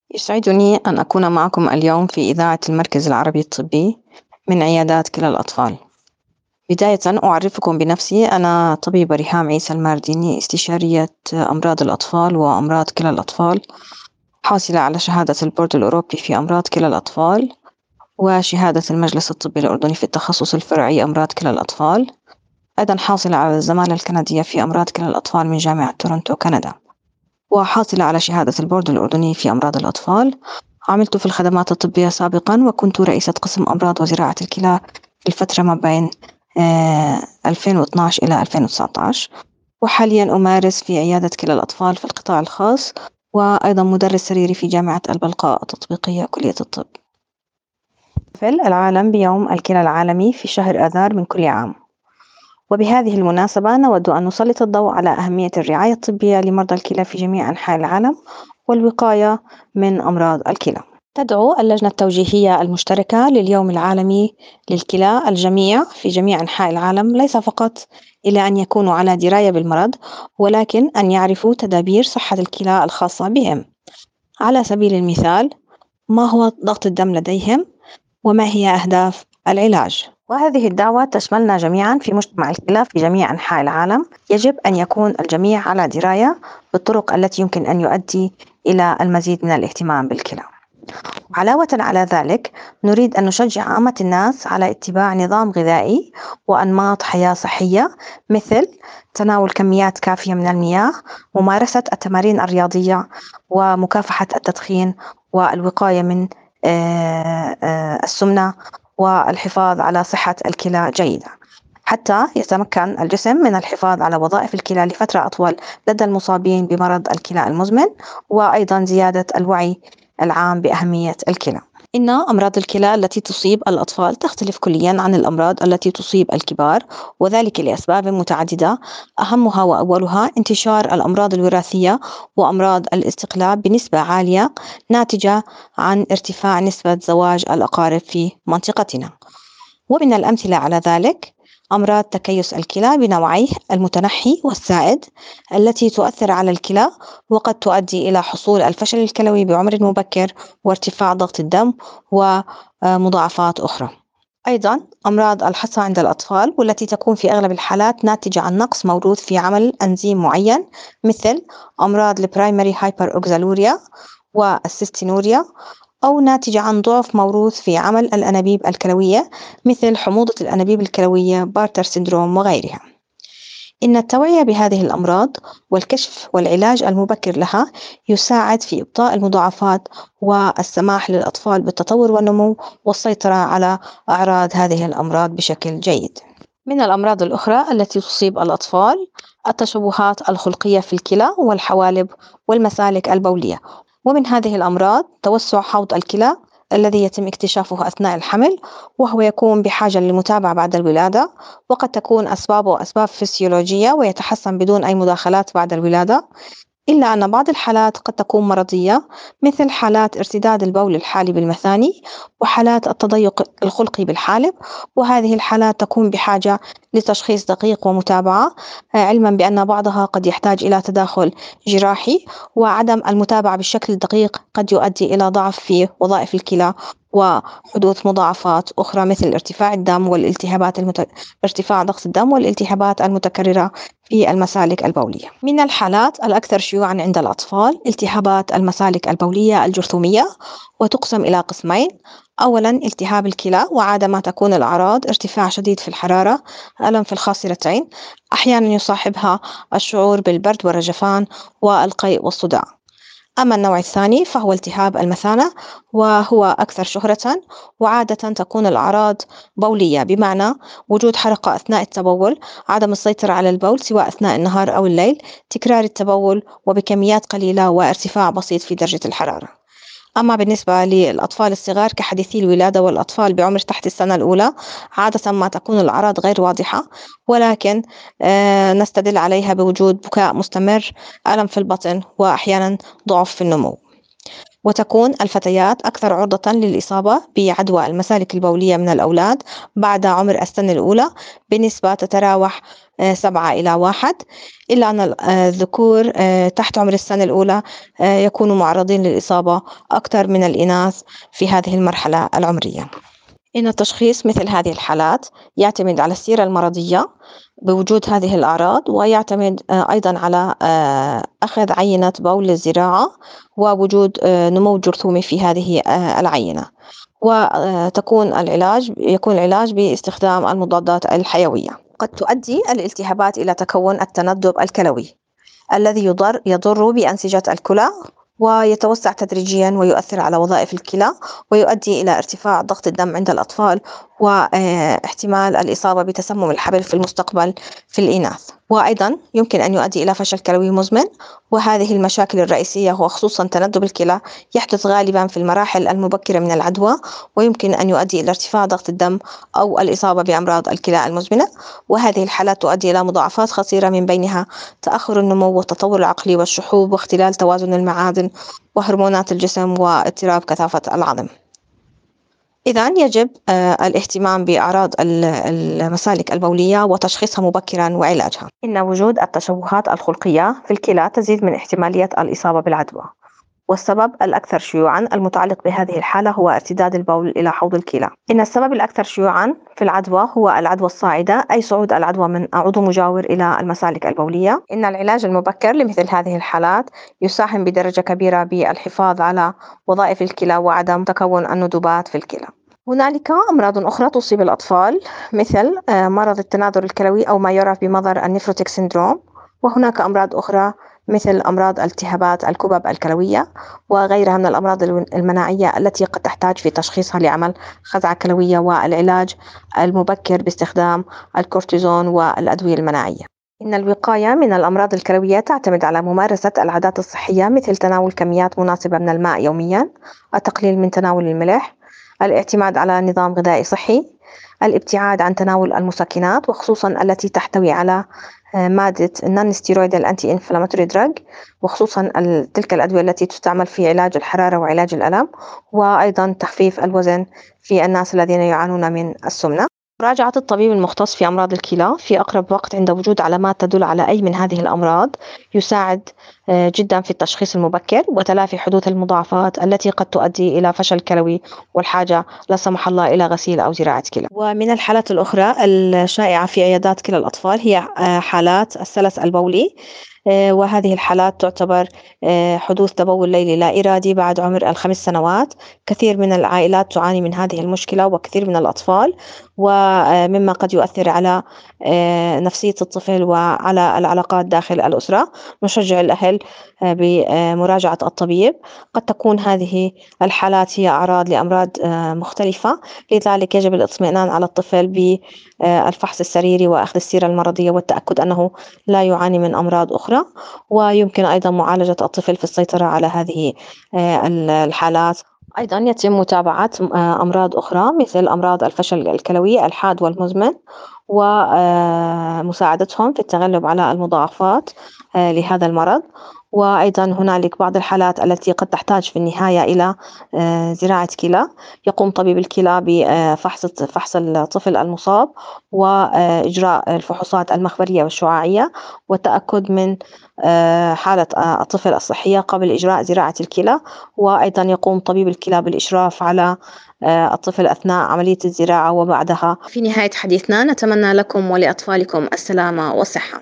يسعدني أن أكون معكم اليوم في إذاعة المركز العربي الطبي من عيادات كلى الأطفال. بداية أعرفكم بنفسي، أنا طبيبة ريهام عيسى المارديني، استشارية أمراض الأطفال وأمراض كلى الأطفال، حاصلة على شهادة البورد الأوروبي في أمراض كلى الأطفال وشهادة المجلس الطبي الأردني في التخصص الفرعي أمراض كلى الأطفال. أيضا حاصلة على الزمالة الكندية في أمراض كلى الأطفال من جامعة تورنتو كندا، وحاصلة على شهادة البورد الأردني في أمراض الأطفال. عملت في الخدمات الطبية سابقا، وكنت رئيسة قسم أمراض وزراعة الكلى في الفترة ما بين 2012 إلى 2019، وحاليا أمارس في عيادة كلى الأطفال في القطاع الخاص، وأيضا مدرس سريري في جامعة البلقاء التطبيقية كلية الطب. احتفل العالم بيوم الكلى العالمي في شهر آذار من كل عام، وبهذه المناسبة نود أن نسلط الضوء على أهمية الرعاية الطبية لمرضى الكلى في جميع أنحاء العالم والوقاية من أمراض الكلى. تدعو اللجنة التوجيهية المشتركة لليوم العالمي للكلى الجميع في جميع أنحاء العالم ليس فقط إلى أن يكونوا على دراية بالمرض، ولكن أن يعرفوا تدابير صحة الكلى الخاصة بهم. على سبيل المثال، ما هو ضغط الدم لديهم، وما هي أهداف العلاج. وهذه الدعوة تشملنا جميعا في مجتمع الكلى في جميع أنحاء العالم. يجب أن يكون الجميع على دراية بالطرق التي يمكن أن يؤدي إلى المزيد من الاهتمام بالكلى. علاوة على ذلك، نريد أن نشجع عامة الناس على اتباع نظام غذائي وأنماط حياة صحية، مثل تناول كميات كافية من المياه، ممارسة التمارين الرياضية، ومكافحة التدخين، والوقاية من السمنة، والحفاظ على صحة الكلى جيدة، حتى يتمكن الجسم من الحفاظ على وظائف الكلى لفترة أطول لدى المصابين بمرض الكلى المزمن، وأيضا زيادة الوعي العام بأهمية الكلى. إن أمراض الكلى التي تصيب الأطفال تختلف كلياً عن الأمراض التي تصيب الكبار، وذلك لأسباب متعددة، أهمها وأولها انتشار الأمراض الوراثية وأمراض الاستقلاب بنسبة عالية ناتجة عن ارتفاع نسبة زواج الأقارب في منطقتنا. ومن الأمثلة على ذلك أمراض تكيس الكلى بنوعيه المتنحي والسائد التي تؤثر على الكلى، وقد تؤدي إلى حصول الفشل الكلوي بعمر مبكر وارتفاع ضغط الدم ومضاعفات أخرى. أيضا أمراض الحصى عند الأطفال، والتي تكون في أغلب الحالات ناتجة عن نقص موروث في عمل أنزيم معين، مثل أمراض البرايمري هايبر أوكزالوريا والسيستينوريا، أو ناتجة عن ضعف موروث في عمل الأنابيب الكلوية، مثل حموضة الأنابيب الكلوية، بارتر سيندروم وغيرها. إن التوعية بهذه الأمراض والكشف والعلاج المبكر لها يساعد في إبطاء المضاعفات والسماح للأطفال بالتطور والنمو والسيطرة على أعراض هذه الأمراض بشكل جيد. من الأمراض الأخرى التي تصيب الأطفال التشوهات الخلقية في الكلى والحوالب والمسالك البولية، ومن هذه الأمراض توسع حوض الكلى الذي يتم اكتشافه أثناء الحمل، وهو يكون بحاجة للمتابعة بعد الولادة، وقد تكون أسبابه أسباب فسيولوجية ويتحسن بدون أي مداخلات بعد الولادة، إلا أن بعض الحالات قد تكون مرضية، مثل حالات ارتداد البول الحالي بالمثاني وحالات التضيق الخلقي بالحالب، وهذه الحالات تكون بحاجة لتشخيص دقيق ومتابعة، علما بأن بعضها قد يحتاج إلى تداخل جراحي، وعدم المتابعة بالشكل الدقيق قد يؤدي إلى ضعف في وظائف الكلى وحدوث مضاعفات أخرى، مثل ارتفاع الدم والالتهابات ارتفاع ضغط الدم والالتهابات المتكررة في المسالك البولية. من الحالات الأكثر شيوعاً عند الأطفال التهابات المسالك البولية الجرثومية، وتقسم إلى قسمين: أولاً التهاب الكلى، وعادة ما تكون الأعراض ارتفاع شديد في الحرارة، ألم في الخاصرتين، أحياناً يصاحبها الشعور بالبرد والرجفان والقيء والصداع. أما النوع الثاني فهو التهاب المثانة، وهو أكثر شهرة، وعادة تكون الأعراض بولية، بمعنى وجود حرقة أثناء التبول، عدم السيطرة على البول سواء أثناء النهار أو الليل، تكرار التبول وبكميات قليلة، وارتفاع بسيط في درجة الحرارة. أما بالنسبة للأطفال الصغار كحديثي الولادة والأطفال بعمر تحت السنة الأولى، عادة ما تكون الأعراض غير واضحة، ولكن نستدل عليها بوجود بكاء مستمر، ألم في البطن، وأحيانا ضعف في النمو. وتكون الفتيات أكثر عرضة للإصابة بعدوى المسالك البولية من الأولاد بعد عمر السنة الأولى بنسبة تتراوح 7 إلى 1، إلا أن الذكور تحت عمر السنة الأولى يكونوا معرضين للإصابة أكثر من الإناث في هذه المرحلة العمرية. إن التشخيص مثل هذه الحالات يعتمد على السيرة المرضية بوجود هذه الأعراض، ويعتمد أيضا على أخذ عينة بول للزراعة ووجود نمو جرثومي في هذه العينة. وتكون يكون العلاج باستخدام المضادات الحيوية. قد تؤدي الالتهابات إلى تكون التندب الكلوي الذي يضر بأنسجة الكلى ويتوسع تدريجيا ويؤثر على وظائف الكلى، ويؤدي إلى ارتفاع ضغط الدم عند الأطفال واحتمال الإصابة بتسمم الحبل في المستقبل في الإناث. وأيضا يمكن أن يؤدي إلى فشل كلوي مزمن، وهذه المشاكل الرئيسية وخصوصا تندب الكلى يحدث غالبا في المراحل المبكرة من العدوى، ويمكن أن يؤدي إلى ارتفاع ضغط الدم أو الإصابة بأمراض الكلى المزمنة. وهذه الحالات تؤدي إلى مضاعفات خطيرة من بينها تأخر النمو والتطور العقلي والشحوب واختلال توازن المعادن وهرمونات الجسم واضطراب كثافة العظم. إذن يجب الاهتمام بأعراض المسالك البولية وتشخيصها مبكرا وعلاجها. إن وجود التشوهات الخلقية في الكلى تزيد من احتمالية الإصابة بالعدوى، والسبب الأكثر شيوعاً المتعلق بهذه الحالة هو ارتداد البول إلى حوض الكلى. إن السبب الأكثر شيوعاً في العدوى هو العدوى الصاعدة، أي صعود العدوى من عضو مجاور إلى المسالك البولية. إن العلاج المبكر لمثل هذه الحالات يساهم بدرجة كبيرة بالحفاظ على وظائف الكلى وعدم تكون الندبات في الكلى. هنالك أمراض أخرى تصيب الأطفال مثل مرض التناظر الكلوي أو ما يعرف بمظهر النفروتيك سيندروم، وهناك أمراض أخرى مثل أمراض التهابات الكبب الكلوية وغيرها من الأمراض المناعية التي قد تحتاج في تشخيصها لعمل خزعة كلوية والعلاج المبكر باستخدام الكورتيزون والأدوية المناعية. إن الوقاية من الأمراض الكلوية تعتمد على ممارسة العادات الصحية مثل تناول كميات مناسبة من الماء يومياً، التقليل من تناول الملح، الاعتماد على نظام غذائي صحي، الابتعاد عن تناول المسكنات وخصوصا التي تحتوي على مادة non steroidal anti-inflammatory drug، وخصوصا تلك الأدوية التي تستعمل في علاج الحرارة وعلاج الألم، وأيضا تخفيف الوزن في الناس الذين يعانون من السمنة. مراجعة الطبيب المختص في أمراض الكلى في أقرب وقت عند وجود علامات تدل على أي من هذه الأمراض يساعد جدا في التشخيص المبكر وتلافي حدوث المضاعفات التي قد تؤدي إلى فشل كلوي والحاجة لا سمح الله إلى غسيل أو زراعة كلى. ومن الحالات الأخرى الشائعة في عيادات كلى الأطفال هي حالات السلس البولي، وهذه الحالات تعتبر حدوث تبول ليلي لا إرادي بعد عمر 5 سنوات. كثير من العائلات تعاني من هذه المشكلة وكثير من الأطفال، ومما قد يؤثر على نفسية الطفل وعلى العلاقات داخل الأسرة. نشجع الأهل بمراجعة الطبيب. قد تكون هذه الحالات هي أعراض لأمراض مختلفة، لذلك يجب الاطمئنان على الطفل بالفحص السريري وأخذ السيرة المرضية والتأكد أنه لا يعاني من أمراض أخرى. ويمكن أيضا معالجة الطفل في السيطرة على هذه الحالات. أيضا يتم متابعة أمراض أخرى مثل أمراض الفشل الكلوي الحاد والمزمن ومساعدتهم في التغلب على المضاعفات لهذا المرض. وأيضا هنالك بعض الحالات التي قد تحتاج في النهاية إلى زراعة كلى. يقوم طبيب الكلى بفحص الطفل المصاب وإجراء الفحوصات المخبرية والشعاعية والتأكد من حالة الطفل الصحية قبل إجراء زراعة الكلى. وأيضا يقوم طبيب الكلى بالإشراف على الطفل أثناء عملية الزراعة وبعدها. في نهاية حديثنا نتمنى لكم ولأطفالكم السلامة والصحة.